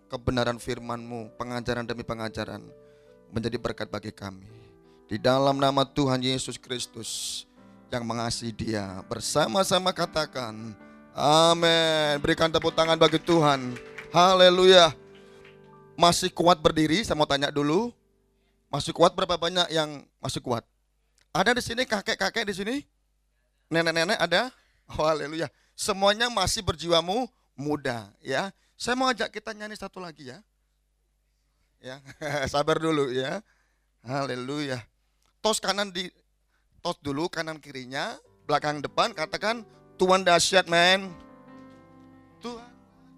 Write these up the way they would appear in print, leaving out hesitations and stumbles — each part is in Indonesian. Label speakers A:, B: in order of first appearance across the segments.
A: kebenaran firman-Mu, pengajaran demi pengajaran menjadi berkat bagi kami. Di dalam nama Tuhan Yesus Kristus yang mengasihi Dia, bersama-sama katakan amin. Berikan tepuk tangan bagi Tuhan. Haleluya. Masih kuat berdiri? Saya mau tanya dulu. Masih kuat berapa banyak yang masih kuat? Ada di sini kakek-kakek di sini? Nenek-nenek ada? Oh, haleluya. Semuanya masih berjiwamu muda, ya. Saya mau ajak kita nyanyi satu lagi ya. Ya, sabar dulu ya. Haleluya. Tos dulu kanan kirinya, belakang depan, katakan Tuhan dahsyat, men. Tuhan.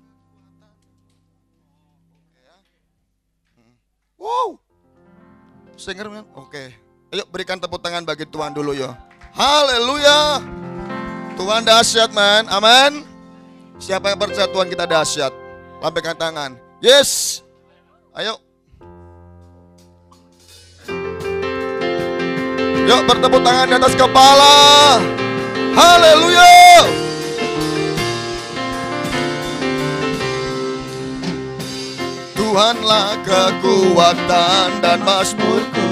A: Wow. Singer kan? Oke. Ayo berikan tepuk tangan bagi Tuhan dulu ya. Haleluya. Tuhan dahsyat, men. Amin. Siapa yang percaya Tuhan kita dahsyat? Lambaikan tangan. Yes. Ayo. Yuk bertepuk tangan di atas kepala. Haleluya. Tuhanlah kekuatan dan mazmurku,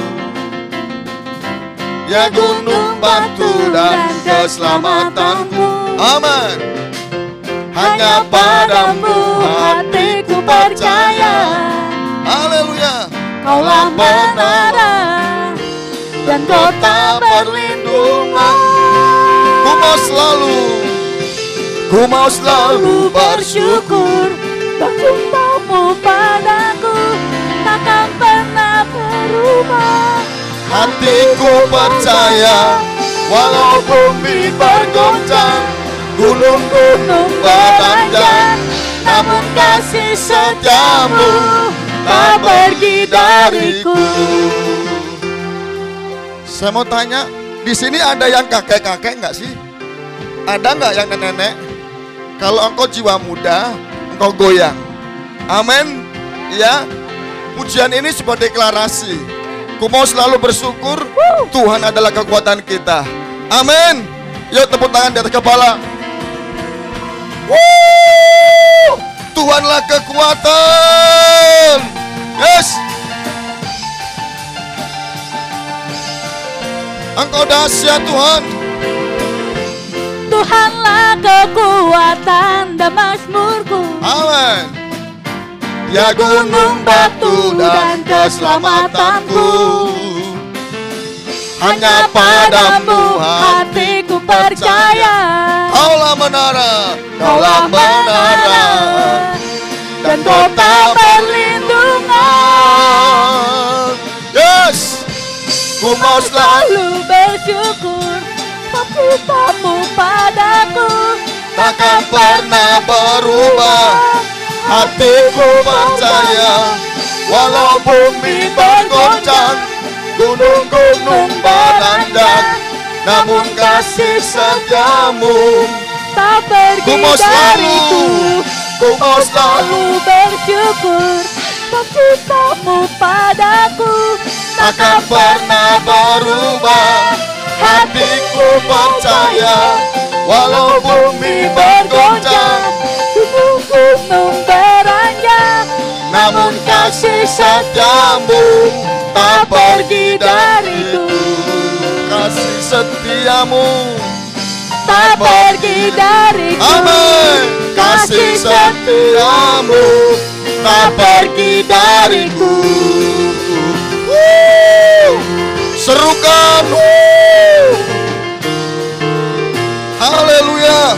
A: ya gunung batu dan keselamatanku. Amin. Hanya padamu hatiku percaya. Haleluya. Kaulah menara dan kota perlindungan. Ku mau selalu bersyukur.
B: Dan cintamu padaku takkan pernah berubah.
A: Hatiku percaya, walau bumi bergoncang, gunung-gunung beranjak, namun kasih setiamu tak pergi dariku. Saya mau tanya, di sini ada yang kakek-kakek enggak sih? Ada enggak yang nenek-nenek? Kalau engkau jiwa muda, engkau goyang. Amin. Ya. Pujian ini sebuah deklarasi. Ku mau selalu bersyukur. Tuhan adalah kekuatan kita. Amin. Yuk tepuk tangan di atas kepala. Tuhanlah kekuatan. Yes. Engkau dahsyat Tuhan.
B: Tuhanlah kekuatan dan mazmurku.
A: Amin. Ya gunung batu dan keselamatanku, hanya padamu hatiku percaya. Kaulah menara dan kota perlindungan. Yes. Ku mau selalu
B: bersyukur. Cintamu padaku
A: takkan pernah berubah. Hatiku percaya, walau bumi bergoncang, gunung-gunung beranjak, namun kasih setiamu
B: tak pergi dariku.
A: Ku mau selalu
B: bersyukur. Cintamu padaku
A: takkan pernah berubah. Hatiku percaya, walau bumi bergoncang,
B: gunung beranjak,
A: namun kasih setiamu tak pergi dariku. Kasih setiamu
B: tak pergi dariku.
A: Amin. Kasih setiamu tak pergi dariku. Serukan. Haleluya.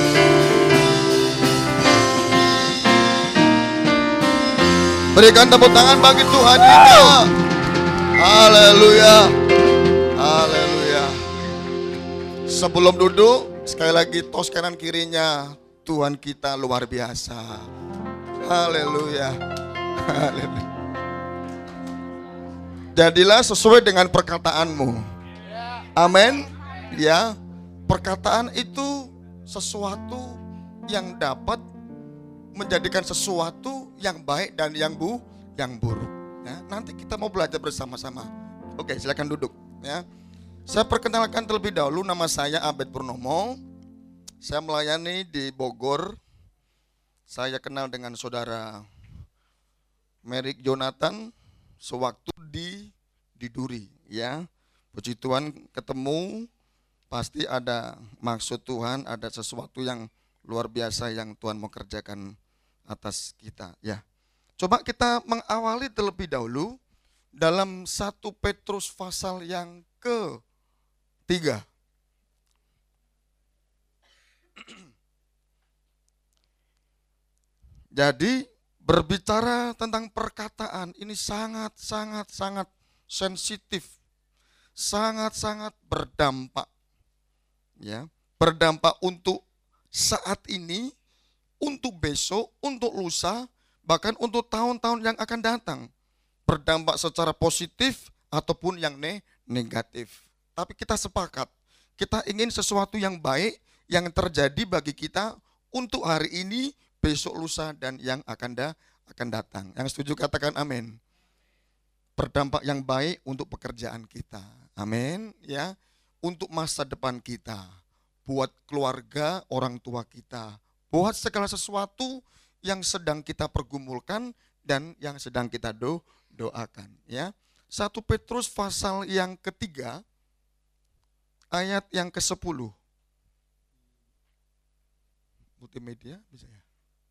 A: Berikan tepuk tangan bagi Tuhan kita. Haleluya. Haleluya. Sebelum duduk, sekali lagi tos kanan kirinya. Tuhan kita luar biasa. Haleluya. Haleluya. Jadilah sesuai dengan perkataanmu. Amin. Ya. Perkataan itu sesuatu yang dapat menjadikan sesuatu yang baik dan yang buruk. Ya, nanti kita mau belajar bersama-sama. Oke, silakan duduk. Ya, saya perkenalkan terlebih dahulu, nama saya Abed Purnomo. Saya melayani di Bogor. Saya kenal dengan saudara Merrick Jonathan sewaktu di Duri, ya. Puji Tuhan, ketemu pasti ada maksud Tuhan, ada sesuatu yang luar biasa yang Tuhan mau kerjakan atas kita, ya. Coba kita mengawali terlebih dahulu dalam 1 Petrus pasal yang ke-3. Jadi berbicara tentang perkataan ini sangat sensitif, sangat berdampak, ya, berdampak untuk saat ini, untuk besok, untuk lusa, bahkan untuk tahun-tahun yang akan datang. Berdampak secara positif ataupun yang negatif. Tapi kita sepakat, kita ingin sesuatu yang baik yang terjadi bagi kita untuk hari ini, besok, lusa, dan yang akan datang. Yang setuju katakan amin. Berdampak yang baik untuk pekerjaan kita. Amin, ya. Untuk masa depan kita, buat keluarga, orang tua kita, buat segala sesuatu yang sedang kita pergumulkan dan yang sedang kita doakan, ya. 1 Petrus pasal yang ke-3 ayat yang ke-10. Multimedia bisa ya.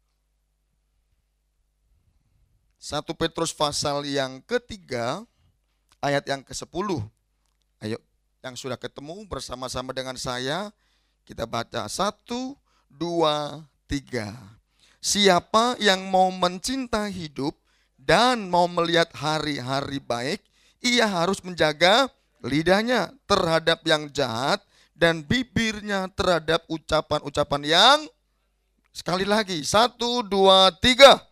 A: 1 Petrus pasal yang ke-3 ayat yang ke-10. Ayo, yang sudah ketemu bersama-sama dengan saya, kita baca 1, 2, 3. Siapa yang mau mencintai hidup dan mau melihat hari-hari baik, ia harus menjaga lidahnya terhadap yang jahat dan bibirnya terhadap ucapan-ucapan yang, sekali lagi, 1, 2, 3.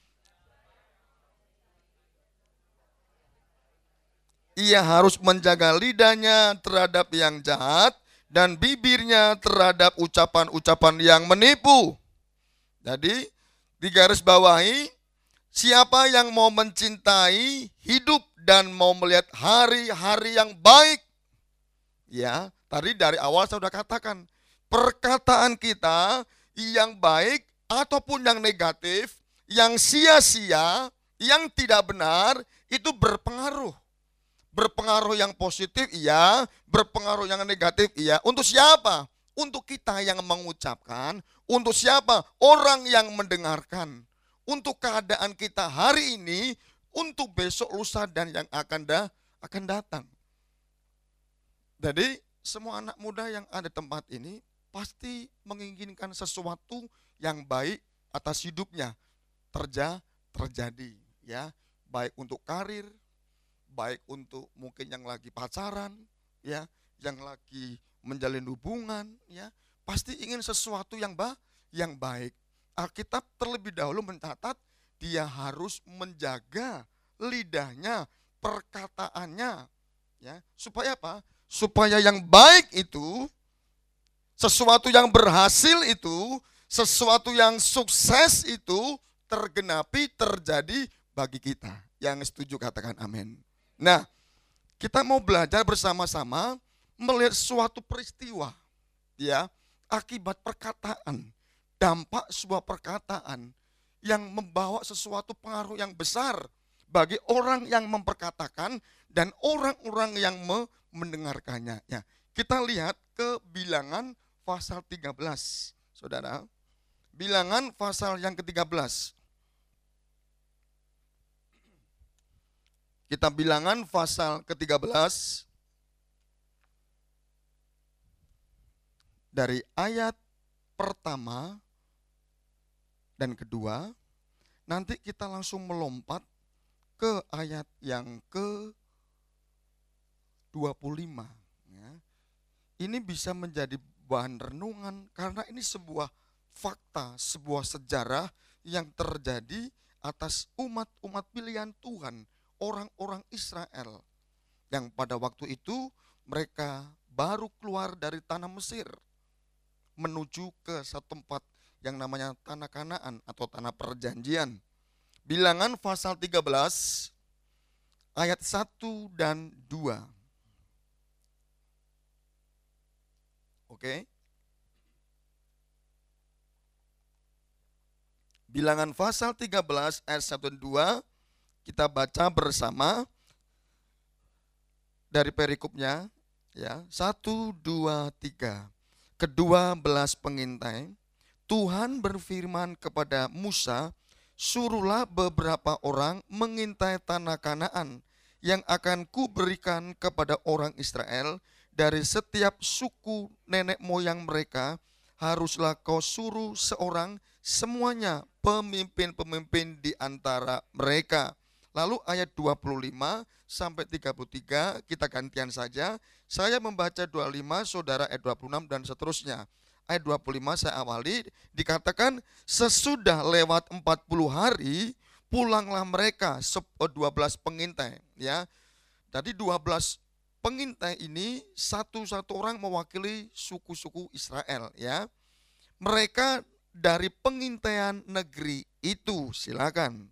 A: Ia harus menjaga lidahnya terhadap yang jahat dan bibirnya terhadap ucapan-ucapan yang menipu. Jadi, digarisbawahi, siapa yang mau mencintai hidup dan mau melihat hari-hari yang baik. Ya, tadi dari awal saya sudah katakan, perkataan kita yang baik ataupun yang negatif, yang sia-sia, yang tidak benar, itu berpengaruh. Berpengaruh yang positif iya, berpengaruh yang negatif iya. Untuk siapa? Untuk kita yang mengucapkan. Untuk siapa? Orang yang mendengarkan. Untuk keadaan kita hari ini, untuk besok, lusa, dan yang akan datang. Jadi semua anak muda yang ada di tempat ini pasti menginginkan sesuatu yang baik atas hidupnya terjadi, ya. Baik untuk karir, baik untuk mungkin yang lagi pacaran, ya, yang lagi menjalin hubungan, ya, pasti ingin sesuatu yang baik. Alkitab terlebih dahulu mencatat dia harus menjaga lidahnya, perkataannya, ya, supaya apa? Supaya yang baik itu, sesuatu yang berhasil itu, sesuatu yang sukses itu tergenapi, terjadi bagi kita. Yang setuju katakan amin. Nah, kita mau belajar bersama-sama melihat suatu peristiwa, ya, akibat perkataan, dampak sebuah perkataan yang membawa sesuatu pengaruh yang besar bagi orang yang memperkatakan dan orang-orang yang mendengarkannya. Ya, kita lihat ke Bilangan pasal 13, saudara. Bilangan pasal yang ke-13. Kita Bilangan pasal ke-13 dari ayat pertama dan kedua. Nanti kita langsung melompat ke ayat yang ke-25. Ya. Ini bisa menjadi bahan renungan karena ini sebuah fakta, sebuah sejarah yang terjadi atas umat-umat pilihan Tuhan, orang-orang Israel yang pada waktu itu mereka baru keluar dari tanah Mesir menuju ke satu tempat yang namanya tanah Kanaan atau tanah perjanjian. Bilangan pasal 13 ayat 1 dan 2. Oke. Bilangan pasal 13 ayat 1 dan 2. Kita baca bersama dari perikopnya ya. 1, 2, 3. Kedua belas pengintai. Tuhan berfirman kepada Musa, suruhlah beberapa orang mengintai tanah Kanaan yang akan kuberikan kepada orang Israel dari setiap suku nenek moyang mereka. Haruslah kau suruh seorang semuanya pemimpin-pemimpin di antara mereka. Lalu ayat 25 sampai 33 kita gantian saja. Saya membaca 25, saudara ayat 26 dan seterusnya. Ayat 25 saya awali, dikatakan sesudah lewat 40 hari pulanglah mereka 12 pengintai ya. Jadi 12 pengintai ini satu-satu orang mewakili suku-suku Israel ya. Mereka dari pengintaian negeri itu, silakan.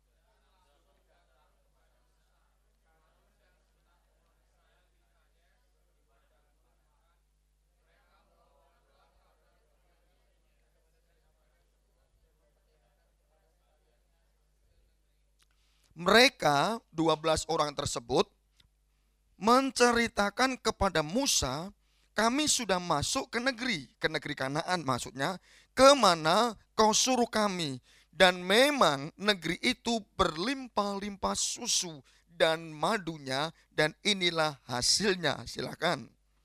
A: Mereka 12 orang tersebut menceritakan kepada Musa, kami sudah masuk ke negeri Kanaan maksudnya, kemana kau suruh kami. Dan memang negeri itu berlimpah-limpah susu dan madunya, dan inilah hasilnya. Silakan.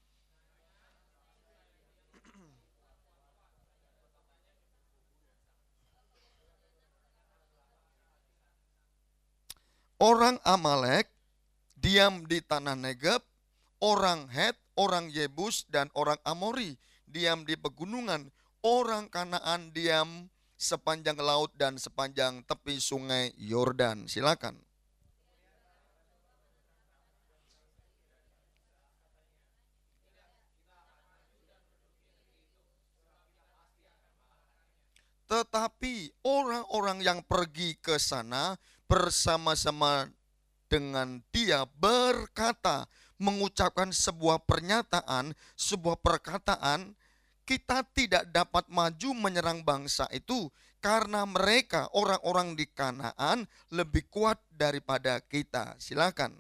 A: Orang Amalek diam di tanah Negeb, orang Het, orang Yebus, dan orang Amori diam di pegunungan, orang Kanaan diam sepanjang laut dan sepanjang tepi sungai Yordan. Silakan. Tetapi orang-orang yang pergi ke sana bersama-sama dengan dia berkata, mengucapkan sebuah pernyataan, sebuah perkataan, kita tidak dapat maju menyerang bangsa itu karena mereka orang-orang di Kanaan lebih kuat daripada kita. Silakan.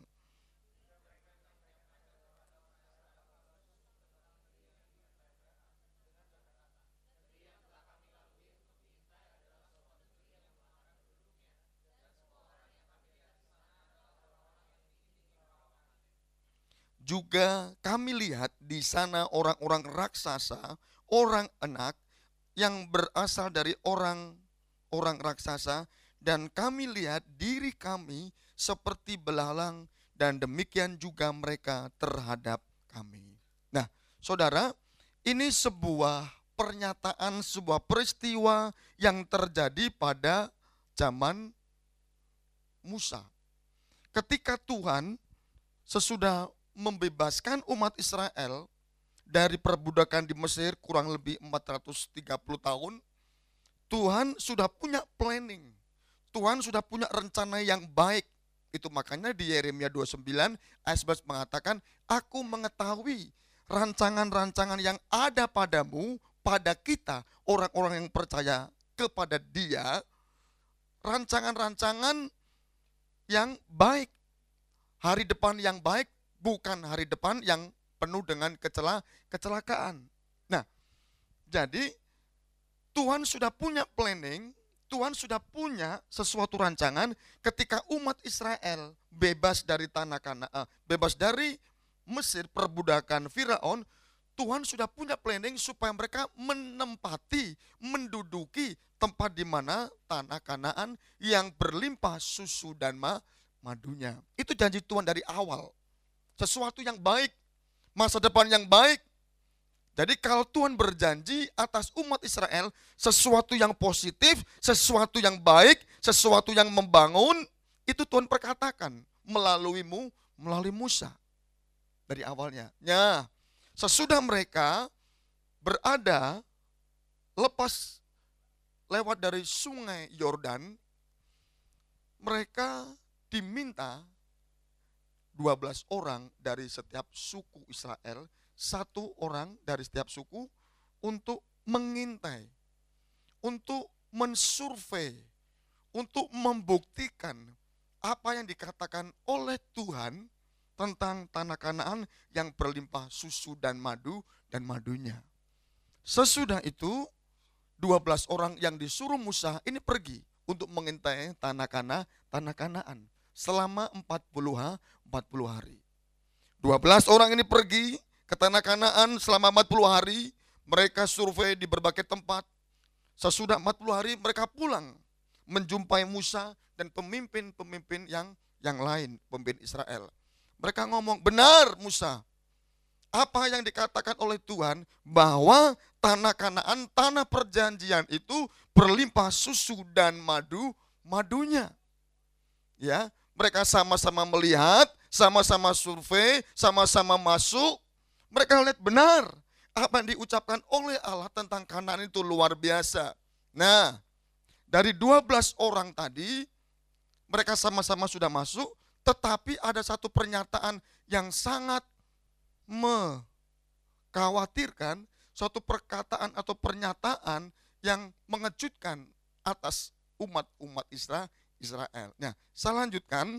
A: Juga kami lihat di sana orang-orang raksasa, orang enak yang berasal dari orang raksasa, dan kami lihat diri kami seperti belalang, dan demikian juga mereka terhadap kami. Nah, saudara, ini sebuah pernyataan, sebuah peristiwa yang terjadi pada zaman Musa. Ketika Tuhan sesudah membebaskan umat Israel dari perbudakan di Mesir kurang lebih 430 tahun, Tuhan sudah punya planning. Tuhan sudah punya rencana yang baik. Itu makanya di Yeremia 29 ayat 11 mengatakan, aku mengetahui rancangan-rancangan yang ada padamu, pada kita, orang-orang yang percaya kepada Dia, rancangan-rancangan yang baik, hari depan yang baik, bukan hari depan yang penuh dengan kecelakaan. Nah, jadi Tuhan sudah punya planning, Tuhan sudah punya sesuatu rancangan ketika umat Israel bebas dari tanah Kanaan, bebas dari Mesir, perbudakan Firaun. Tuhan sudah punya planning supaya mereka menempati, menduduki tempat di mana tanah Kanaan yang berlimpah susu dan madunya. Itu janji Tuhan dari awal. Sesuatu yang baik, masa depan yang baik. Jadi kalau Tuhan berjanji atas umat Israel sesuatu yang positif, sesuatu yang baik, sesuatu yang membangun, itu Tuhan perkatakan melalui Musa dari awalnya. Ya, sesudah mereka berada lepas lewat dari sungai Yordan, mereka diminta 12 orang dari setiap suku Israel, satu orang dari setiap suku untuk mengintai, untuk mensurvei, untuk membuktikan apa yang dikatakan oleh Tuhan tentang tanah Kanaan yang berlimpah susu dan madunya. Sesudah itu 12 orang yang disuruh Musa ini pergi untuk mengintai tanah Kanaan selama 40 hari. 12 orang ini pergi ke tanah Kanaan selama 40 hari. Mereka survei di berbagai tempat. Sesudah 40 hari mereka pulang menjumpai Musa dan pemimpin-pemimpin yang lain, pemimpin Israel. Mereka ngomong, benar Musa, apa yang dikatakan oleh Tuhan bahwa tanah Kanaan, tanah perjanjian itu berlimpah susu dan madunya. Ya, mereka sama-sama melihat, sama-sama survei, sama-sama masuk. Mereka lihat benar apa yang diucapkan oleh Allah tentang Kanaan itu luar biasa. Nah, dari 12 orang tadi, mereka sama-sama sudah masuk, tetapi ada satu pernyataan yang sangat mengkhawatirkan, suatu perkataan atau pernyataan yang mengejutkan atas umat Israel. Nah, saya lanjutkan.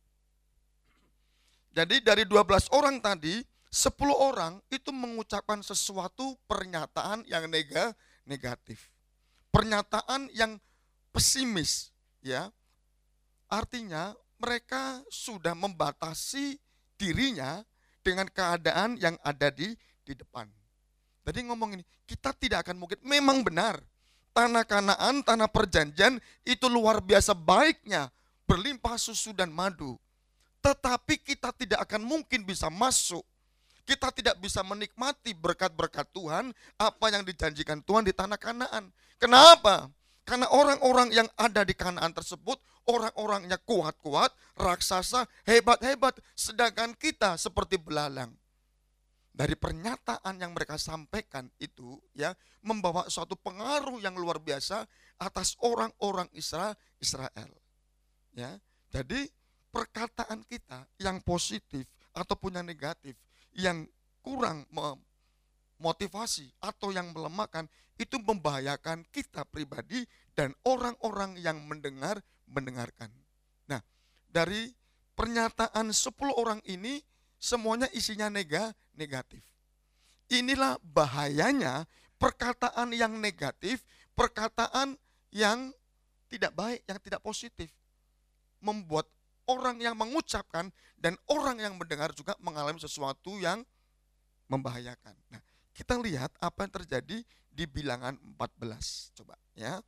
A: Jadi dari 12 orang tadi, 10 orang itu mengucapkan sesuatu pernyataan yang negatif. Pernyataan yang pesimis, ya. Artinya mereka sudah membatasi dirinya dengan keadaan yang ada di depan. Jadi ngomong ini, kita tidak akan mungkin, memang benar, tanah Kanaan, tanah perjanjian itu luar biasa baiknya, berlimpah susu dan madu. Tetapi kita tidak akan mungkin bisa masuk. Kita tidak bisa menikmati berkat-berkat Tuhan, apa yang dijanjikan Tuhan di tanah Kanaan. Kenapa? Karena orang-orang yang ada di Kanaan tersebut, orang-orangnya kuat-kuat, raksasa, hebat-hebat. Sedangkan kita seperti belalang. Dari pernyataan yang mereka sampaikan itu, ya, membawa suatu pengaruh yang luar biasa atas orang-orang Israel. Ya, jadi perkataan kita yang positif ataupun yang negatif, yang kurang memotivasi atau yang melemahkan, itu membahayakan kita pribadi dan orang-orang yang mendengarkan. Nah, dari pernyataan 10 orang ini semuanya isinya negatif. Inilah bahayanya perkataan yang negatif, perkataan yang tidak baik, yang tidak positif. Membuat orang yang mengucapkan dan orang yang mendengar juga mengalami sesuatu yang membahayakan. Nah, kita lihat apa yang terjadi di Bilangan 14. Coba ya.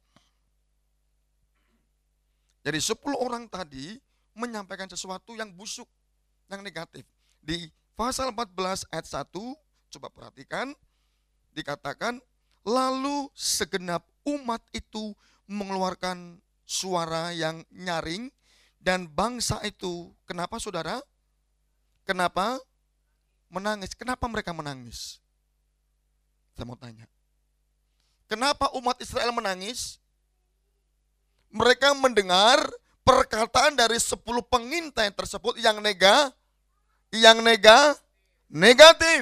A: Jadi 10 orang tadi menyampaikan sesuatu yang busuk, yang negatif. Di pasal 14 ayat 1, coba perhatikan, dikatakan, lalu segenap umat itu mengeluarkan suara yang nyaring, dan bangsa itu, kenapa saudara? Kenapa? Menangis. Kenapa mereka menangis? Saya mau tanya. Kenapa umat Israel menangis? Mereka mendengar perkataan dari 10 pengintai tersebut yang negatif.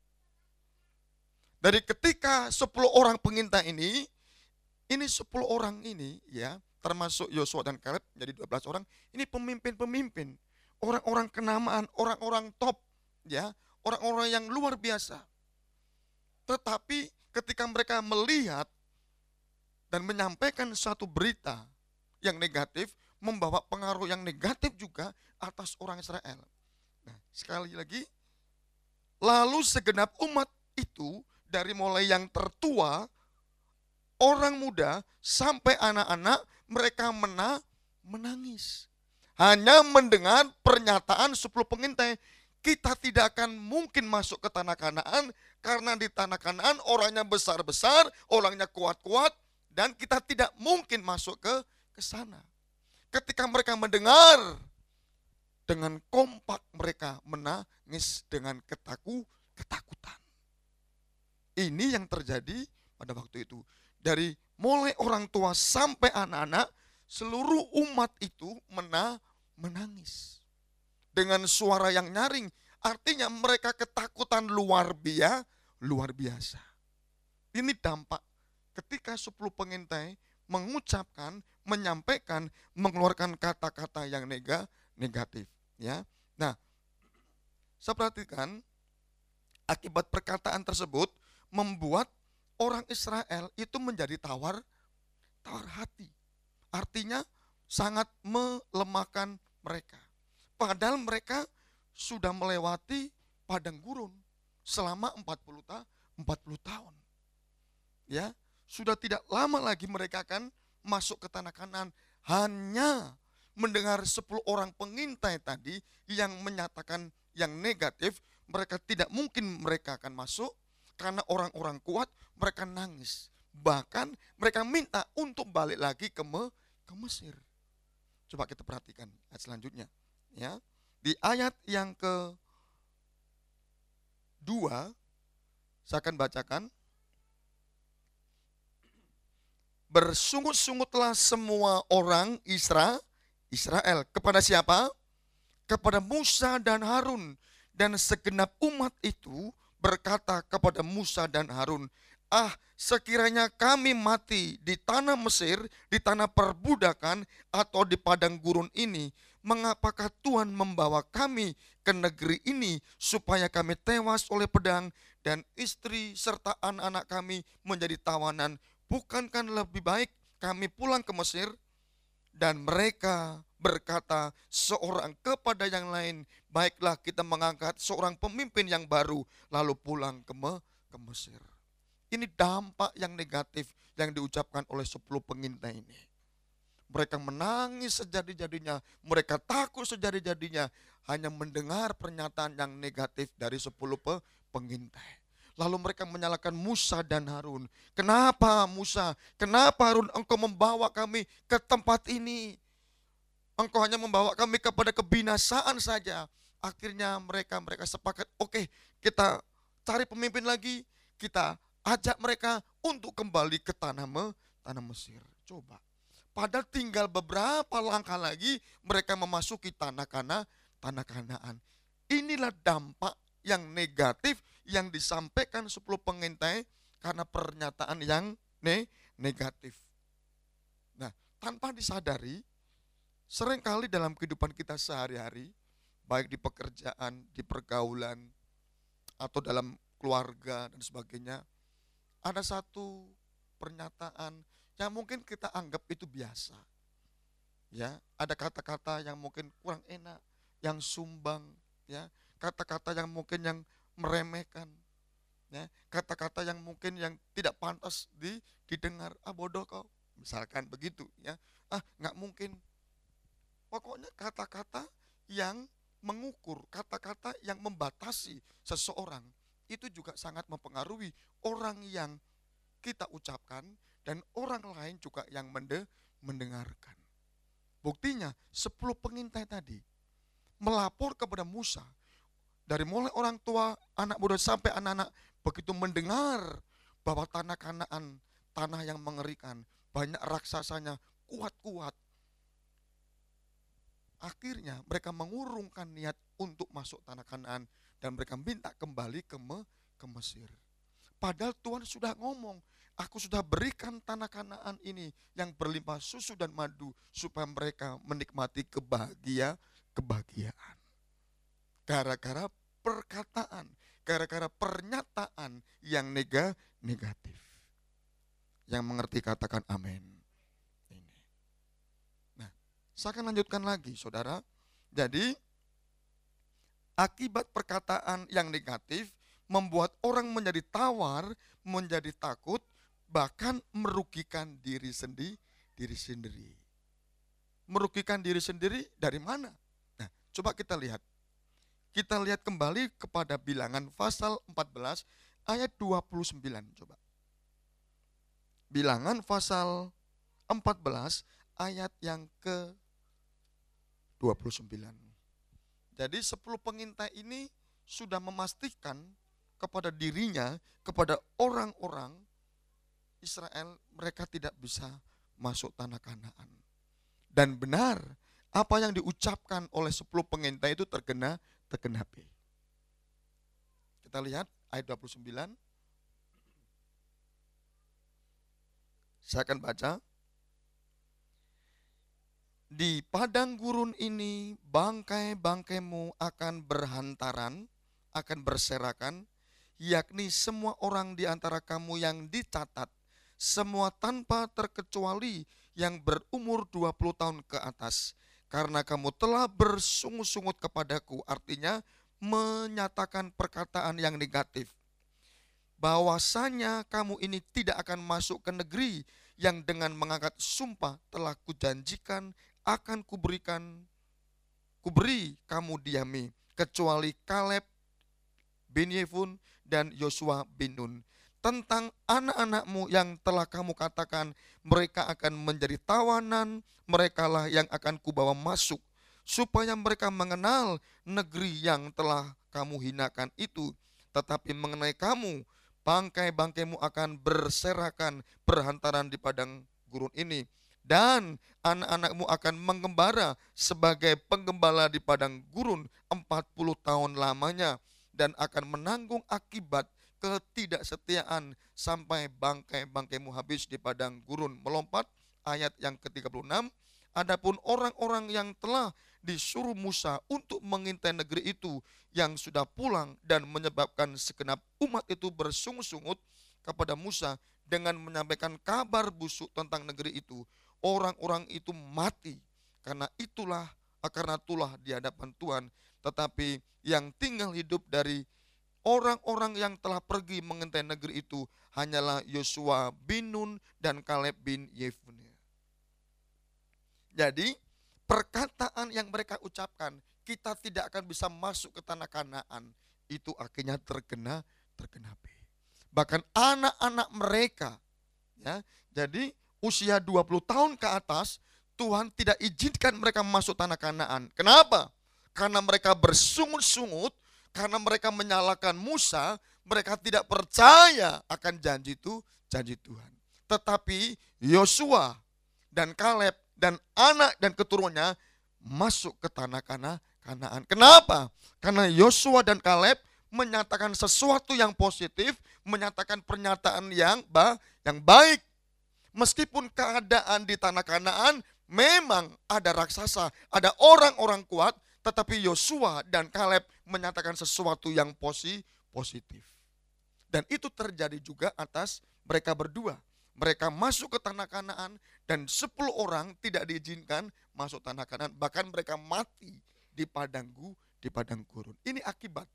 A: Dari ketika 10 orang pengintai ini 10 orang ini, ya, termasuk Yosua dan Kaleb, jadi 12 orang, ini pemimpin-pemimpin, orang-orang kenamaan, orang-orang top, ya, orang-orang yang luar biasa. Tetapi ketika mereka melihat dan menyampaikan satu berita yang negatif, membawa pengaruh yang negatif juga atas orang Israel. Nah, sekali lagi, lalu segenap umat itu, dari mulai yang tertua, orang muda, sampai anak-anak, mereka menangis. Hanya mendengar pernyataan 10 pengintai, kita tidak akan mungkin masuk ke tanah Kanaan, karena di tanah Kanaan orangnya besar-besar, orangnya kuat-kuat, dan kita tidak mungkin masuk ke sana. Ketika mereka mendengar, dengan kompak mereka menangis dengan ketakutan. Ini yang terjadi pada waktu itu. Dari mulai orang tua sampai anak-anak, seluruh umat itu menangis. Dengan suara yang nyaring, artinya mereka ketakutan luar biasa. Ini dampak ketika 10 pengintai mengucapkan menyampaikan, mengeluarkan kata-kata yang negatif, ya. Nah, saya perhatikan akibat perkataan tersebut membuat orang Israel itu menjadi tawar hati. Artinya sangat melemahkan mereka. Padahal mereka sudah melewati padang gurun selama 40 tahun. Ya, sudah tidak lama lagi mereka akan masuk ke tanah Kanaan. Hanya mendengar 10 orang pengintai tadi yang menyatakan yang negatif, mereka tidak mungkin mereka akan masuk karena orang-orang kuat, mereka nangis. Bahkan mereka minta untuk balik lagi ke Mesir. Coba kita perhatikan ayat selanjutnya, ya. Di ayat yang kedua, saya akan bacakan. Bersungut-sungutlah semua orang Israel. Kepada siapa? Kepada Musa dan Harun. Dan segenap umat itu berkata kepada Musa dan Harun, sekiranya kami mati di tanah Mesir, di tanah perbudakan, atau di padang gurun ini, mengapakah Tuhan membawa kami ke negeri ini supaya kami tewas oleh pedang dan istri serta anak-anak kami menjadi tawanan? Bukankah lebih baik kami pulang ke Mesir? Dan mereka berkata seorang kepada yang lain, baiklah kita mengangkat seorang pemimpin yang baru lalu pulang ke Mesir. Ini dampak yang negatif yang diucapkan oleh 10 pengintai ini. Mereka menangis sejadi-jadinya, mereka takut sejadi-jadinya hanya mendengar pernyataan yang negatif dari 10 pengintai. Lalu mereka menyalahkan Musa dan Harun. Kenapa Musa? Kenapa Harun engkau membawa kami ke tempat ini? Engkau hanya membawa kami kepada kebinasaan saja. Akhirnya mereka sepakat, oke, kita cari pemimpin lagi, kita ajak mereka untuk kembali ke tanah Mesir. Coba. Padahal tinggal beberapa langkah lagi mereka memasuki tanah Kanaan. Inilah dampak yang negatif yang disampaikan 10 pengintai karena pernyataan yang negatif. Nah, tanpa disadari, seringkali dalam kehidupan kita sehari-hari, baik di pekerjaan, di pergaulan, atau dalam keluarga dan sebagainya, ada satu pernyataan yang mungkin kita anggap itu biasa. Ya, ada kata-kata yang mungkin kurang enak, yang sumbang, ya, kata-kata yang mungkin yang meremehkan, ya, kata-kata yang mungkin yang tidak pantas didengar. Bodoh kau, misalkan begitu, ya. Nggak mungkin. Pokoknya kata-kata yang mengukur, kata-kata yang membatasi seseorang, itu juga sangat mempengaruhi orang yang kita ucapkan dan orang lain juga yang mendengarkan. Buktinya 10 pengintai tadi melapor kepada Musa. Dari mulai orang tua, anak muda sampai anak-anak, begitu mendengar bahwa tanah Kanaan, tanah yang mengerikan, banyak raksasanya, kuat-kuat. Akhirnya mereka mengurungkan niat untuk masuk tanah Kanaan dan mereka minta kembali ke Mesir. Padahal Tuhan sudah ngomong, aku sudah berikan tanah Kanaan ini yang berlimpah susu dan madu supaya mereka menikmati kebahagiaan. Gara-gara perkataan, gara-gara pernyataan yang negatif. Yang mengerti katakan amin. Nah, saya akan lanjutkan lagi, saudara. Jadi, akibat perkataan yang negatif membuat orang menjadi tawar, menjadi takut, bahkan merugikan diri sendiri. Merugikan diri sendiri dari mana? Nah, coba kita lihat. Kita lihat kembali kepada Bilangan pasal 14 ayat 29, coba. Bilangan pasal 14 ayat yang ke-29. Jadi 10 pengintai ini sudah memastikan kepada dirinya, kepada orang-orang Israel, mereka tidak bisa masuk tanah Kanaan. Dan benar, apa yang diucapkan oleh 10 pengintai itu tergenapi. Kita lihat ayat 29. Saya akan baca. Di padang gurun ini bangkai-bangkaimu akan berhantaran, akan berserakan, yakni semua orang di antara kamu yang dicatat, semua tanpa terkecuali yang berumur 20 tahun ke atas. Karena kamu telah bersungut-sungut kepadaku, artinya menyatakan perkataan yang negatif, bahwasanya kamu ini tidak akan masuk ke negeri yang dengan mengangkat sumpah telah kujanjikan akan kuberi kamu diami, kecuali Kaleb bin Yefun dan Yosua bin Nun. Tentang anak-anakmu yang telah kamu katakan mereka akan menjadi tawanan, merekalah yang akan kubawa masuk, supaya mereka mengenal negeri yang telah kamu hinakan itu. Tetapi mengenai kamu, bangkai-bangkaimu akan berserakan berhantaran di padang gurun ini. Dan anak-anakmu akan mengembara sebagai penggembala di padang gurun 40 tahun lamanya, dan akan menanggung akibat ketidaksetiaan sampai bangkai-bangkaimu habis di padang gurun. Melompat ayat yang ke-36. Adapun orang-orang yang telah disuruh Musa untuk mengintai negeri itu yang sudah pulang dan menyebabkan segenap umat itu bersungut-sungut kepada Musa dengan menyampaikan kabar busuk tentang negeri itu, orang-orang itu mati karena itulah di hadapan Tuhan. Tetapi yang tinggal hidup dari orang-orang yang telah pergi mengintai negeri itu hanyalah Yosua bin Nun dan Kaleb bin Yefune. Jadi perkataan yang mereka ucapkan, kita tidak akan bisa masuk ke tanah Kanaan, itu akhirnya tergenapi. Bahkan anak-anak mereka, ya, jadi usia 20 tahun ke atas, Tuhan tidak izinkan mereka masuk tanah Kanaan. Kenapa? Karena mereka bersungut-sungut, karena mereka menyalahkan Musa, mereka tidak percaya akan janji itu, janji Tuhan. Tetapi Yosua dan Kaleb dan anak dan keturunannya masuk ke tanah Kanaan. Kenapa? Karena Yosua dan Kaleb menyatakan sesuatu yang positif, menyatakan pernyataan yang baik. Meskipun keadaan di tanah Kanaan memang ada raksasa, ada orang-orang kuat, tetapi Yosua dan Kaleb menyatakan sesuatu yang positif. Dan itu terjadi juga atas mereka berdua. Mereka masuk ke tanah Kanaan dan 10 orang tidak diizinkan masuk tanah Kanaan. Bahkan mereka mati di padang gurun. Ini akibat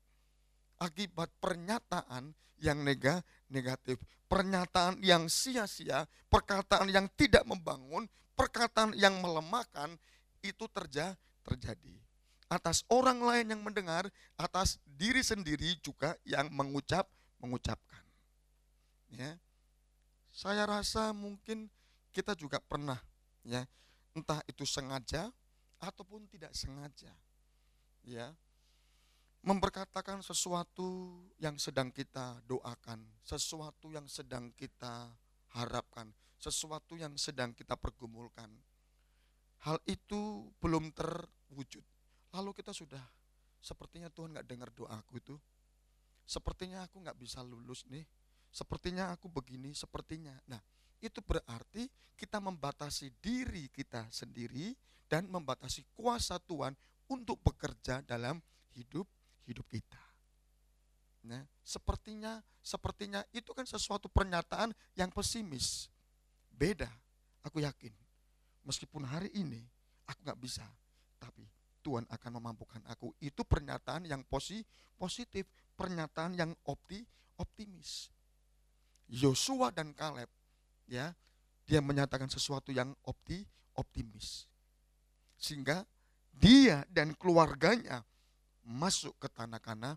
A: pernyataan yang negatif, pernyataan yang sia-sia, perkataan yang tidak membangun, perkataan yang melemahkan, itu terjadi. Atas orang lain yang mendengar, atas diri sendiri juga yang mengucapkan. Ya. Saya rasa mungkin kita juga pernah, ya, entah itu sengaja ataupun tidak sengaja, ya, memperkatakan sesuatu yang sedang kita doakan, sesuatu yang sedang kita harapkan, sesuatu yang sedang kita pergumulkan. Hal itu belum terwujud. Lalu kita sudah, sepertinya Tuhan gak dengar doaku itu, sepertinya aku gak bisa lulus nih, sepertinya aku begini, sepertinya. Nah, itu berarti kita membatasi diri kita sendiri dan membatasi kuasa Tuhan untuk bekerja dalam hidup kita. Nah, sepertinya itu kan sesuatu pernyataan yang pesimis. Beda, aku yakin. Meskipun hari ini aku gak bisa, tapi Tuhan akan memampukan aku. Itu pernyataan yang positif, pernyataan yang optimis. Yosua dan Kaleb, ya, dia menyatakan sesuatu yang optimis, sehingga dia dan keluarganya masuk ke tanah Kanaan.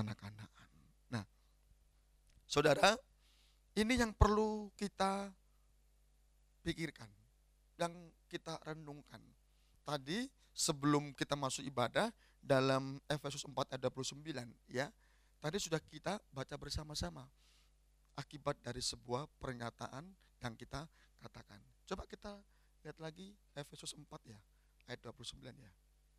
A: Nah, saudara, ini yang perlu kita pikirkan, yang kita renungkan. Tadi sebelum kita masuk ibadah dalam Efesus 4 ayat 29, ya, tadi sudah kita baca bersama-sama. Akibat dari sebuah pernyataan yang kita katakan. Coba kita lihat lagi Efesus 4 ya, ayat 29 ya.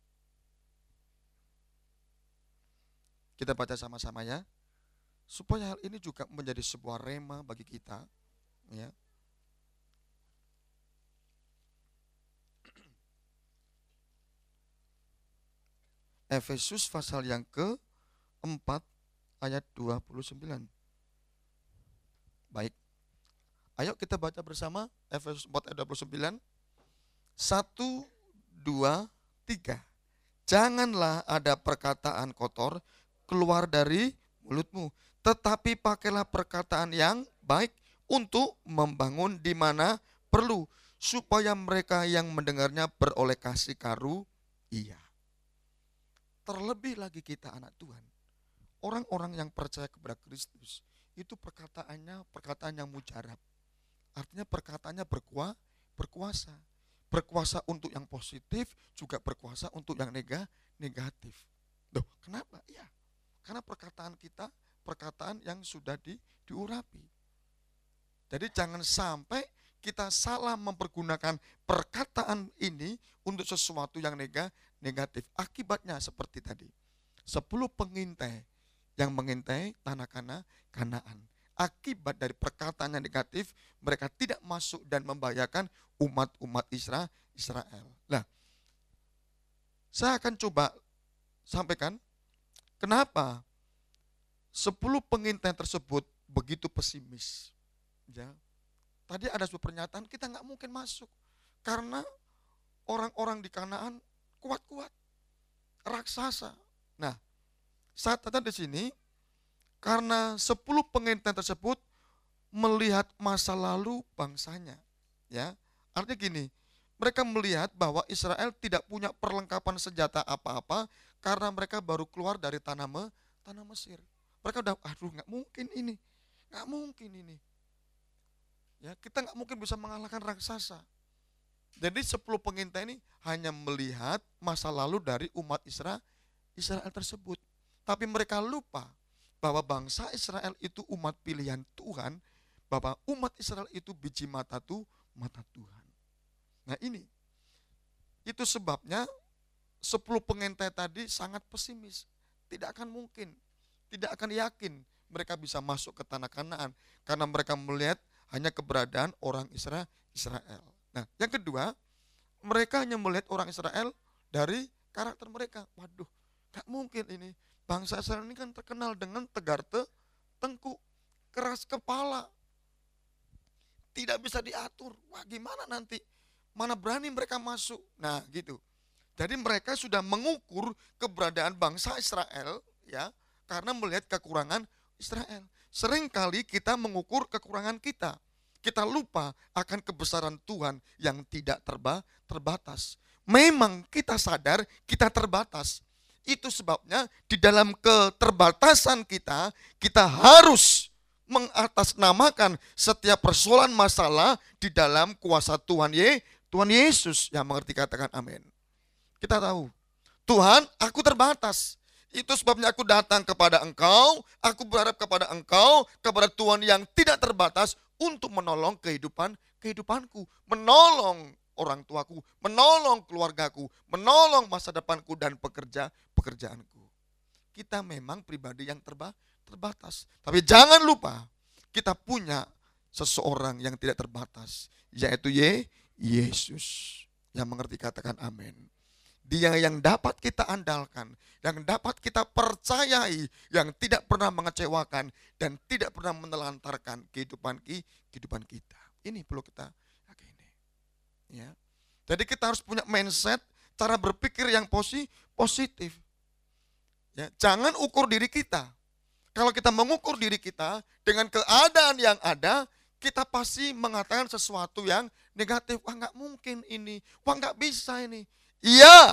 A: Kita baca sama-sama ya. Supaya hal ini juga menjadi sebuah rema bagi kita, ya. Efesus pasal yang ke-4 ayat 29. Baik. Ayo kita baca bersama Efesus 4 ayat 29. 1, 2, 3. Janganlah ada perkataan kotor keluar dari mulutmu, tetapi pakailah perkataan yang baik untuk membangun di mana perlu, supaya mereka yang mendengarnya beroleh kasih karunia. Terlebih lagi kita anak Tuhan, orang-orang yang percaya kepada Kristus, itu perkataannya perkataan yang mujarab. Artinya perkataannya berkuasa. Berkuasa untuk yang positif, juga berkuasa untuk yang negatif. Loh, kenapa? Ya, karena perkataan kita, perkataan yang sudah diurapi. Jadi jangan sampai kita salah mempergunakan perkataan ini untuk sesuatu yang negatif. Akibatnya seperti tadi, 10 pengintai yang mengintai tanah Kanaan. Akibat dari perkataan yang negatif, mereka tidak masuk dan membahayakan umat-umat Israel. Nah, saya akan coba sampaikan kenapa 10 pengintai tersebut begitu pesimis. Ya, tadi ada sebuah pernyataan, kita nggak mungkin masuk karena orang-orang di Kanaan kuat-kuat, raksasa. Nah, saat ada di sini, karena 10 pengintai tersebut melihat masa lalu bangsanya, ya, artinya gini, mereka melihat bahwa Israel tidak punya perlengkapan senjata apa-apa karena mereka baru keluar dari tanah Mesir. Mereka udah, aduh nggak mungkin ini, ya, kita nggak mungkin bisa mengalahkan raksasa. Jadi 10 pengintai ini hanya melihat masa lalu dari umat Israel tersebut, tapi mereka lupa bahwa bangsa Israel itu umat pilihan Tuhan, bahwa umat Israel itu biji mata Tuhan. Nah ini, itu sebabnya 10 pengintai tadi sangat pesimis. Tidak akan mungkin, tidak akan yakin mereka bisa masuk ke tanah Kanaan, karena mereka melihat hanya keberadaan orang Israel. Nah yang kedua, mereka hanya melihat orang Israel dari karakter mereka. Waduh, gak mungkin ini. Bangsa Israel ini kan terkenal dengan tegar tengkuk, keras kepala, tidak bisa diatur. Wah gimana nanti? Mana berani mereka masuk? Nah gitu. Jadi mereka sudah mengukur keberadaan bangsa Israel, ya, karena melihat kekurangan Israel. Seringkali kita mengukur kekurangan kita. Kita lupa akan kebesaran Tuhan yang tidak terbatas. Memang kita sadar kita terbatas. Itu sebabnya di dalam keterbatasan kita, kita harus mengatasnamakan setiap persoalan masalah di dalam kuasa Tuhan Yesus. Yang mengerti katakan amin. Kita tahu, Tuhan, aku terbatas. Itu sebabnya aku datang kepada Engkau, aku berharap kepada Engkau, kepada Tuhan yang tidak terbatas untuk menolong kehidupanku, menolong orang tuaku, menolong keluargaku, menolong masa depanku dan pekerjaanku. Kita memang pribadi yang terbatas. Tapi jangan lupa, kita punya seseorang yang tidak terbatas, yaitu Yesus. Yang mengerti katakan amin. Dia yang dapat kita andalkan, yang dapat kita percayai, yang tidak pernah mengecewakan dan tidak pernah menelantarkan kehidupan kita. Ini perlu kita yakini. Ya. Jadi kita harus punya mindset, cara berpikir yang positif. Ya, jangan ukur diri kita. Kalau kita mengukur diri kita dengan keadaan yang ada, kita pasti mengatakan sesuatu yang negatif. Wah nggak mungkin ini, wah nggak bisa ini. Iya,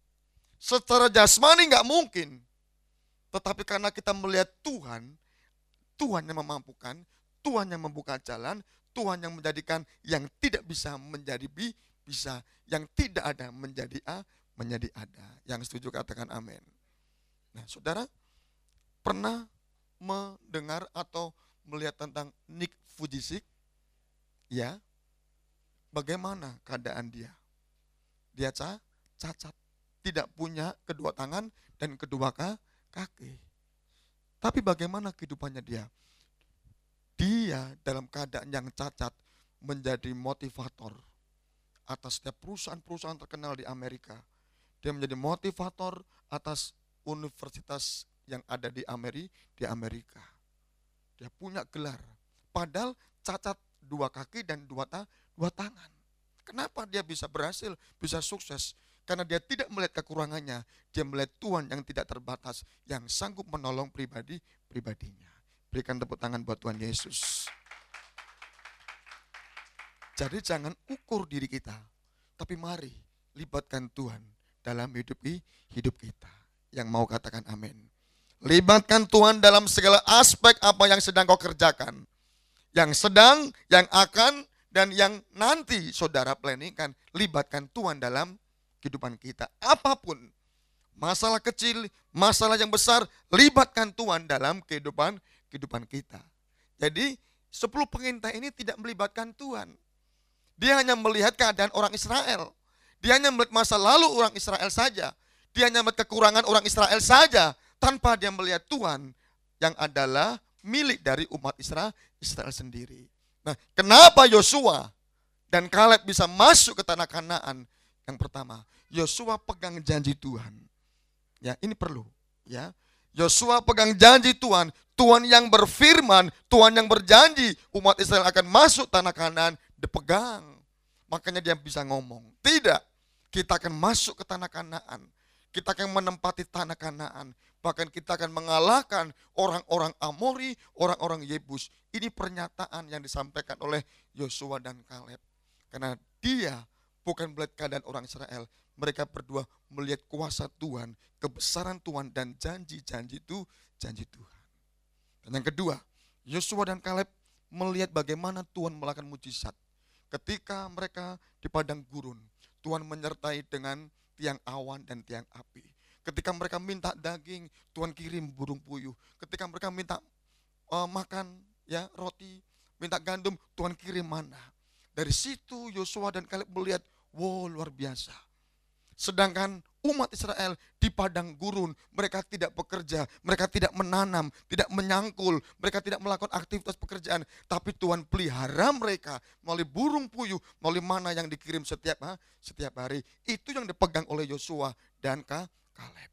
A: secara jasmani nggak mungkin. Tetapi karena kita melihat Tuhan yang memampukan, Tuhan yang membuka jalan, Tuhan yang menjadikan yang tidak bisa menjadi bisa, yang tidak ada menjadi ada. Yang setuju katakan amin. Nah, saudara pernah mendengar atau melihat tentang Nick Vujicic? Ya, bagaimana keadaan dia? Dia cacat, tidak punya kedua tangan dan kedua kaki. Tapi bagaimana kehidupannya dia? Dia dalam keadaan yang cacat menjadi motivator atas setiap perusahaan-perusahaan terkenal di Amerika. Dia menjadi motivator atas universitas yang ada di Amerika. Dia punya gelar. Padahal cacat 2 kaki dan 2 tangan. Kenapa dia bisa berhasil, bisa sukses? Karena dia tidak melihat kekurangannya. Dia melihat Tuhan yang tidak terbatas, yang sanggup menolong pribadinya. Berikan tepuk tangan buat Tuhan Yesus. Jadi jangan ukur diri kita, tapi mari libatkan Tuhan dalam hidup kita. Yang mau katakan amin. Libatkan Tuhan dalam segala aspek apa yang sedang kau kerjakan. Yang sedang, yang akan, dan yang nanti saudara planningkan. Libatkan Tuhan dalam kehidupan kita. Apapun, masalah kecil, masalah yang besar, libatkan Tuhan dalam kehidupan kita. Jadi 10 pengintai ini tidak melibatkan Tuhan. Dia hanya melihat keadaan orang Israel. Dia hanya melihat masa lalu orang Israel saja. Dia hanya melihat kekurangan orang Israel saja. Tanpa dia melihat Tuhan yang adalah milik dari umat Israel sendiri. Nah, kenapa Yosua dan Kaleb bisa masuk ke tanah Kanaan? Yang pertama, Yosua pegang janji Tuhan. Ya, ini perlu, ya. Yosua pegang janji Tuhan. Tuhan yang berfirman, Tuhan yang berjanji umat Israel akan masuk tanah Kanaan, dipegang. Makanya dia bisa ngomong, tidak, kita akan masuk ke tanah Kanaan. Kita akan menempati tanah Kanaan. Bahkan kita akan mengalahkan orang-orang Amori, orang-orang Yebus. Ini pernyataan yang disampaikan oleh Yosua dan Kaleb. Karena dia bukan melihat keadaan orang Israel. Mereka berdua melihat kuasa Tuhan, kebesaran Tuhan, dan janji-janji itu, janji Tuhan. Dan yang kedua, Yosua dan Kaleb melihat bagaimana Tuhan melakukan mujizat. Ketika mereka di padang gurun, Tuhan menyertai dengan tiang awan dan tiang api. Ketika mereka minta daging, Tuhan kirim burung puyuh. Ketika mereka minta makan ya roti, minta gandum, Tuhan kirim mana. Dari situ Yosua dan Kaleb melihat, wow, luar biasa. Sedangkan umat Israel di padang gurun, mereka tidak bekerja, mereka tidak menanam, tidak menyangkul, mereka tidak melakukan aktivitas pekerjaan. Tapi Tuhan pelihara mereka melalui burung puyuh, melalui mana yang dikirim setiap hari. Itu yang dipegang oleh Yosua dan Kaleb.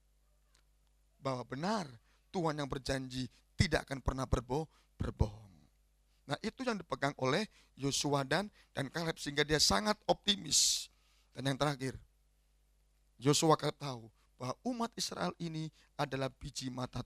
A: Bahwa benar Tuhan yang berjanji tidak akan pernah berbohong. Nah, itu yang dipegang oleh Yosua dan Kaleb sehingga dia sangat optimis. Dan yang terakhir, Yosua tahu bahwa umat Israel ini adalah biji mata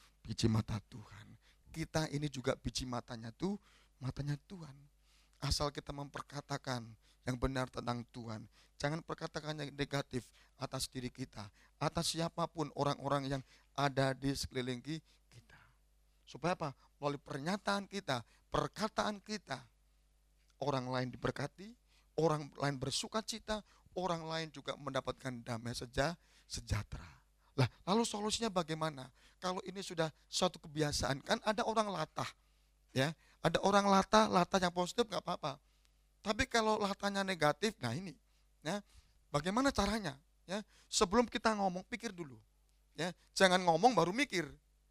A: Tuhan. Kita ini juga biji matanya Tuhan. Asal kita memperkatakan yang benar tentang Tuhan. Jangan perkatakan yang negatif atas diri kita, atas siapapun orang-orang yang ada di sekeliling kita. Supaya apa? Melalui pernyataan kita, perkataan kita, orang lain diberkati, orang lain bersuka cita, orang lain juga mendapatkan damai sejahtera. Lah, lalu solusinya bagaimana? Kalau ini sudah suatu kebiasaan, kan ada orang latah, ya, ada orang latah yang positif nggak apa-apa. Tapi kalau latahnya negatif, nah ini, ya, bagaimana caranya? Ya, sebelum kita ngomong, pikir dulu, ya, jangan ngomong baru mikir.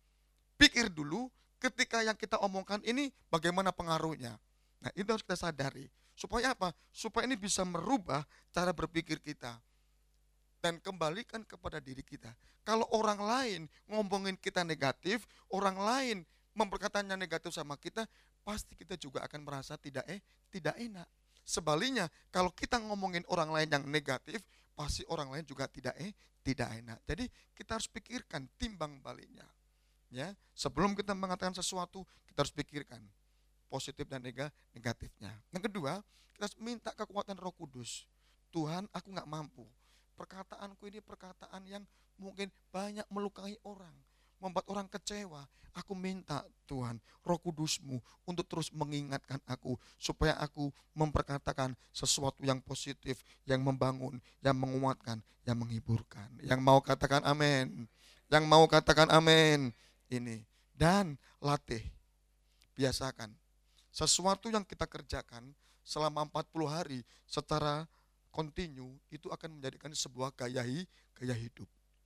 A: Pikir dulu, ketika yang kita omongkan ini bagaimana pengaruhnya. Nah, itu harus kita sadari. Supaya apa? Supaya ini bisa merubah cara berpikir kita. Dan kembalikan kepada diri kita. Kalau orang lain ngomongin kita negatif, orang lain memperkataannya negatif sama kita, pasti kita juga akan merasa tidak enak. Sebaliknya, kalau kita ngomongin orang lain yang negatif, pasti orang lain juga tidak enak. Jadi kita harus pikirkan timbang baliknya. Ya, sebelum kita mengatakan sesuatu, kita harus pikirkan positif dan negatifnya. Yang kedua, kita harus minta kekuatan Roh Kudus. Tuhan, aku gak mampu. Perkataanku ini perkataan yang mungkin banyak melukai orang, membuat orang kecewa. Aku minta Tuhan, Roh Kudus-Mu untuk terus mengingatkan aku, supaya aku memperkatakan sesuatu yang positif, yang membangun, yang menguatkan, yang menghiburkan. Yang mau katakan amin. Yang mau katakan amin. Ini. Dan latih. Biasakan. Sesuatu yang kita kerjakan selama 40 hari secara kontinu itu akan menjadikan sebuah gaya hidup.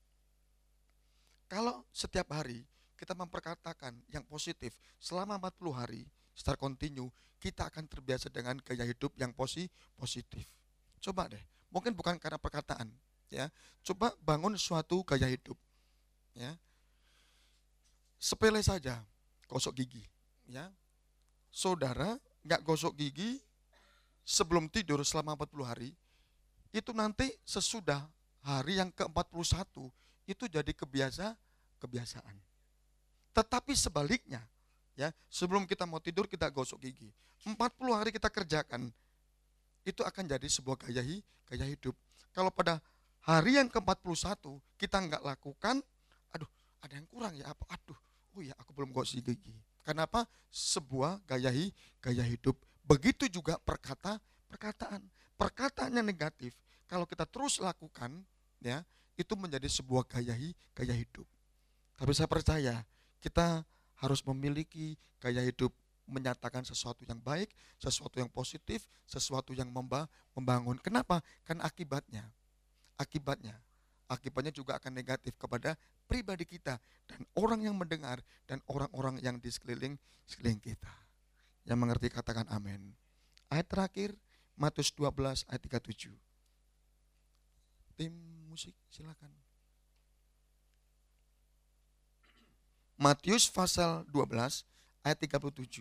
A: Kalau setiap hari kita memperkatakan yang positif selama 40 hari secara kontinu, kita akan terbiasa dengan gaya hidup yang positif. Coba deh, mungkin bukan karena perkataan, Ya, coba bangun suatu gaya hidup. Ya, sepele saja, gosok gigi. Ya, saudara nggak gosok gigi sebelum tidur selama 40 hari, itu nanti sesudah hari yang ke-41 itu jadi kebiasaan. Tetapi sebaliknya, ya, sebelum kita mau tidur kita gosok gigi. 40 hari kita kerjakan, itu akan jadi sebuah gaya hidup. Kalau pada hari yang ke-41 kita nggak lakukan, aduh, ada yang kurang ya apa? Aduh, oh ya aku belum gosok gigi. Kenapa? Sebuah gaya hidup. Begitu juga perkataan. Perkataannya negatif, kalau kita terus lakukan, ya, itu menjadi sebuah gaya hidup. Tapi saya percaya kita harus memiliki gaya hidup menyatakan sesuatu yang baik, sesuatu yang positif, sesuatu yang membangun. Kenapa? Kan akibatnya juga akan negatif kepada pribadi kita dan orang yang mendengar dan orang-orang yang di sekeliling kita. Yang mengerti katakan amin. Ayat terakhir Matius 12 ayat 37. Tim musik silakan. Matius pasal 12 ayat 37.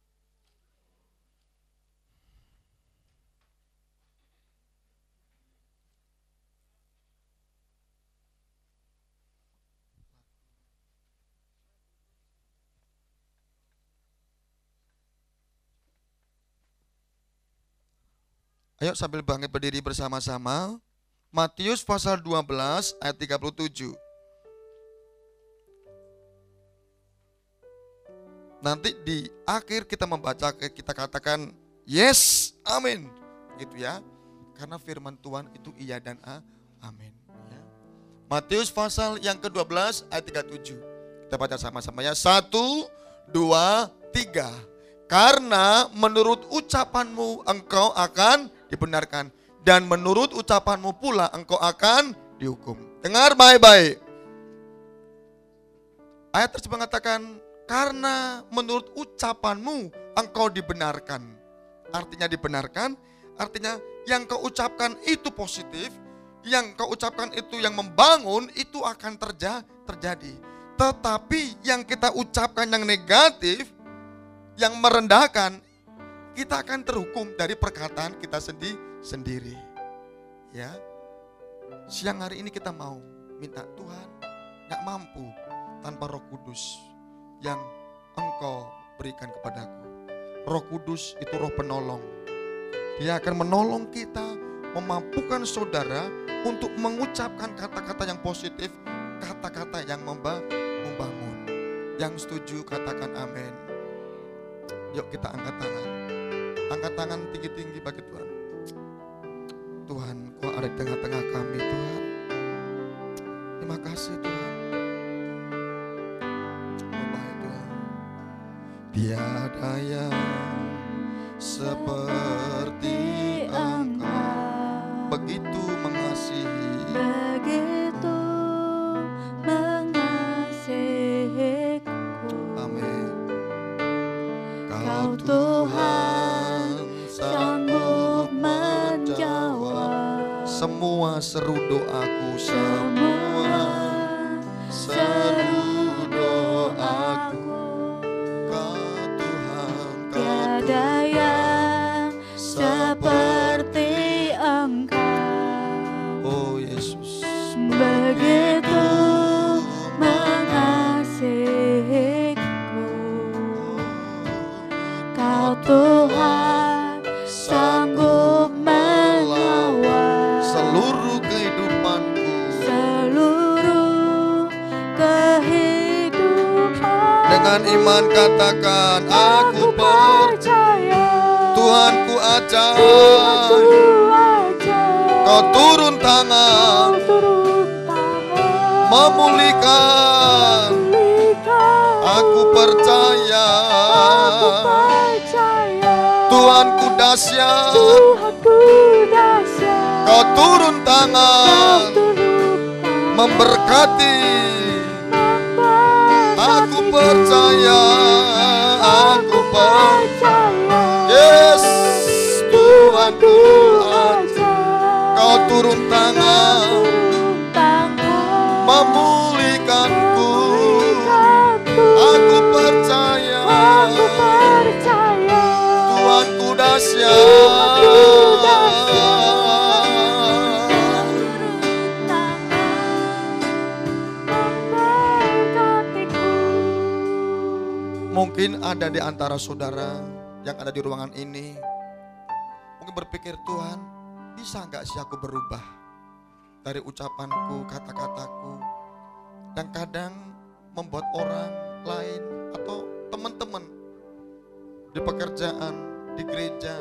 A: Ayo sambil bangkit berdiri bersama-sama. Matius pasal 12 ayat 37. Nanti di akhir kita membaca, kita katakan yes, amin. Gitu ya. Karena firman Tuhan itu iya dan amin. Ya. Matius pasal yang ke-12 ayat 37. Kita baca sama-sama ya. 1, 2, 3. Karena menurut ucapanmu engkau akan dibenarkan, dan menurut ucapanmu pula engkau akan dihukum. Dengar baik-baik. Ayat tersebut mengatakan, karena menurut ucapanmu engkau dibenarkan. Artinya dibenarkan, artinya yang kau ucapkan itu positif, yang kau ucapkan itu yang membangun, itu akan terjadi. Tetapi yang kita ucapkan yang negatif, yang merendahkan, kita akan terhukum dari perkataan kita sendiri. Ya, siang hari ini kita mau minta Tuhan, gak mampu tanpa Roh Kudus yang engkau berikan kepadaku. Roh Kudus itu roh penolong. Dia akan menolong kita, memampukan saudara untuk mengucapkan kata-kata yang positif, kata-kata yang membangun. Yang setuju katakan amin. Yuk kita angkat tangan. Angkat tangan tinggi-tinggi bagi Tuhan. Tuhan, Kau ada di tengah-tengah kami, Tuhan. Terima kasih Tuhan. Oh baik Tuhan. Tiada yang seperti Engkau, begitu mengasihi.
B: Begitu mengasihiku.
A: Amin.
B: Kau Tuhan sanggup menjawab
A: semua seru doaku, semua seru doaku. Kau Tuhan,
B: tiada yang seperti Engkau.
A: Oh Yesus,
B: Begitu mengasihiku. Kau Tuhan sanggup melawat
A: seluruh kehidupanku.
B: Seluruh kehidupan.
A: Dengan iman katakan, aku
B: percaya
A: Tuhanku ajaib.
B: Tuhanku ajaib.
A: Kau turun tangan,
B: Kau turun tangan
A: memulihkan. Aku percaya,
B: Aku percaya
A: Tuhanku dahsyat.
B: Tuhanku dahsyat.
A: Kau turun tangan,
B: Kau turun tangan
A: memberkati.
B: memberkati.
A: Aku percaya, aku
B: percaya
A: yes, Tuhanku
B: ajaib.
A: Kau turun tangan memulihkanku. Aku percaya Tuhanku dahsyat. Mungkin ada di antara saudara yang ada di ruangan ini, mungkin berpikir, Tuhan, bisa gak sih aku berubah dari ucapanku, kata-kataku yang kadang membuat orang lain atau teman-teman di pekerjaan, di gereja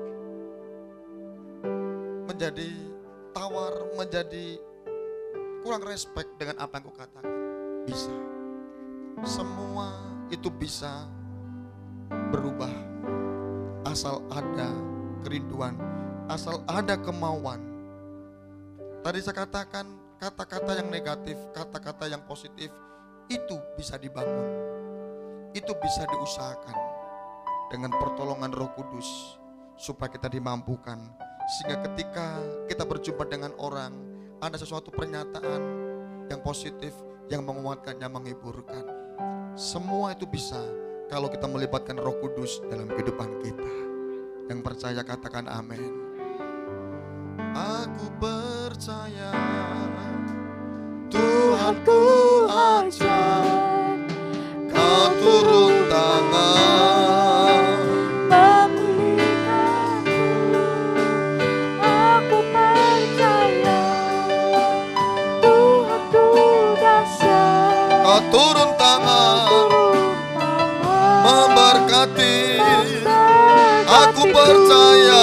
A: menjadi tawar, menjadi kurang respect dengan apa yang aku katakan. Bisa. Semua itu bisa berubah asal ada kerinduan, asal ada kemauan. Tadi saya katakan kata-kata yang negatif, kata-kata yang positif itu bisa dibangun, itu bisa diusahakan dengan pertolongan Roh Kudus supaya kita dimampukan, sehingga ketika kita berjumpa dengan orang ada sesuatu pernyataan yang positif, yang menguatkan, yang menghiburkan. Semua itu bisa kalau kita melibatkan Roh Kudus dalam kehidupan kita. Yang percaya katakan amin. Aku percaya Tuhanku ajar, Kau turun tangan
B: memulihkanku. Aku percaya Tuhanku dahsyat.
A: Kau turun tangan memberkati. Aku percaya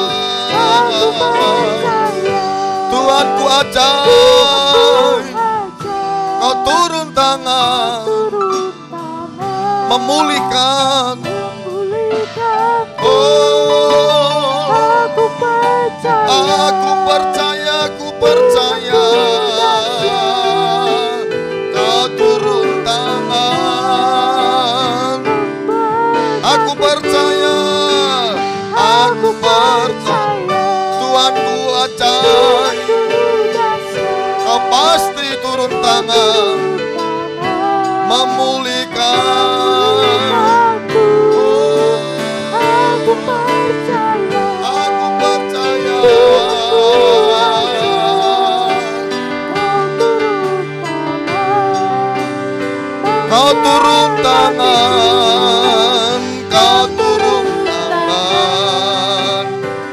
A: Tuhanku ajaib. Kau turun tangan memulihkan. Oh, aku percaya, aku percaya. Kau turun tangan. Aku percaya, aku percaya. Tuhanku ajaib. Kau pasti turun tangan memulihkan.
B: Aku percaya.
A: Aku percaya. Kau turun tangan, Kau turun tangan,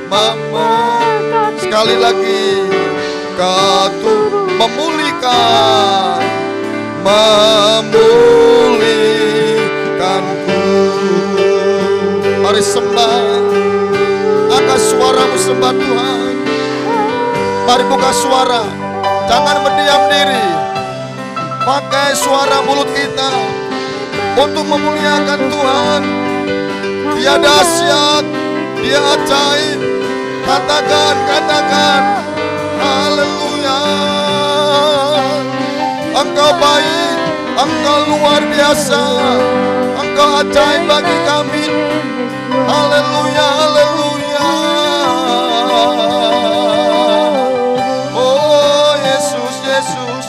A: sekali lagi, Kau turun memulihkan, memulihkanku. Mari sembah, angkat suaramu sembah Tuhan. Mari buka suara, jangan berdiam diri. Pakai suara mulut kita untuk memuliakan Tuhan. Dia dahsyat, Dia ajaib. Katakan, katakan, haleluya. Engkau baik, Engkau luar biasa, Engkau ajaib bagi kami. Haleluya, haleluya. Oh Yesus, Yesus,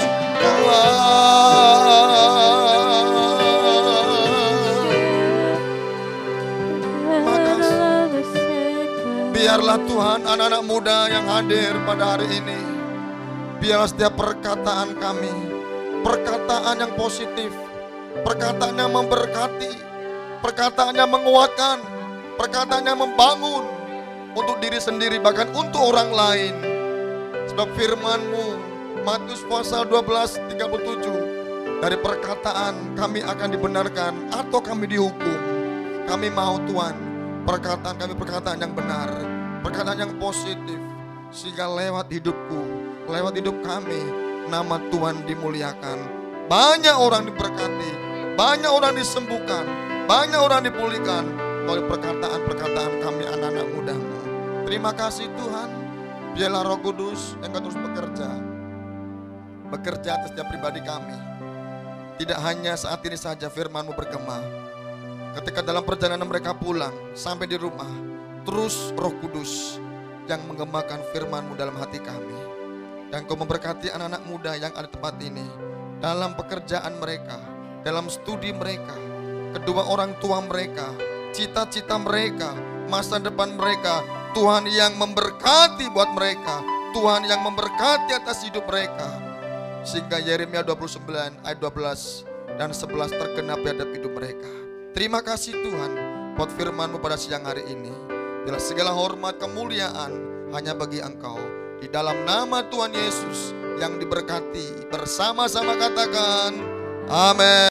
A: biarlah Tuhan anak-anak muda yang hadir pada hari ini, biarlah setiap perkataan kami, perkataan yang positif, perkataan yang memberkati, perkataan yang menguatkan, perkataan yang membangun untuk diri sendiri bahkan untuk orang lain. Sebab firman-Mu Matius pasal 12:37, dari perkataan kami akan dibenarkan atau kami dihukum. Kami mau Tuhan, perkataan kami perkataan yang benar, perkataan yang positif, sehingga lewat hidupku, lewat hidup kami, nama Tuhan dimuliakan. Banyak orang diberkati, banyak orang disembuhkan, banyak orang dipulihkan oleh perkataan-perkataan kami anak-anak muda-Mu. Terima kasih Tuhan. Biarlah Roh Kudus yang terus bekerja atas setiap pribadi kami. Tidak hanya saat ini saja firman-Mu bergema, ketika dalam perjalanan mereka pulang sampai di rumah, terus Roh Kudus yang menggemakan firman-Mu dalam hati kami. Dan Kau memberkati anak-anak muda yang ada di tempat ini, dalam pekerjaan mereka, dalam studi mereka, kedua orang tua mereka, cita-cita mereka, masa depan mereka. Tuhan yang memberkati buat mereka, Tuhan yang memberkati atas hidup mereka, sehingga Yeremia 29 ayat 12 dan 11 tergenap di hadap hidup mereka. Terima kasih Tuhan buat firman-Mu pada siang hari ini. Bila segala hormat kemuliaan hanya bagi Engkau. Di dalam nama Tuhan Yesus yang diberkati, bersama-sama katakan amin.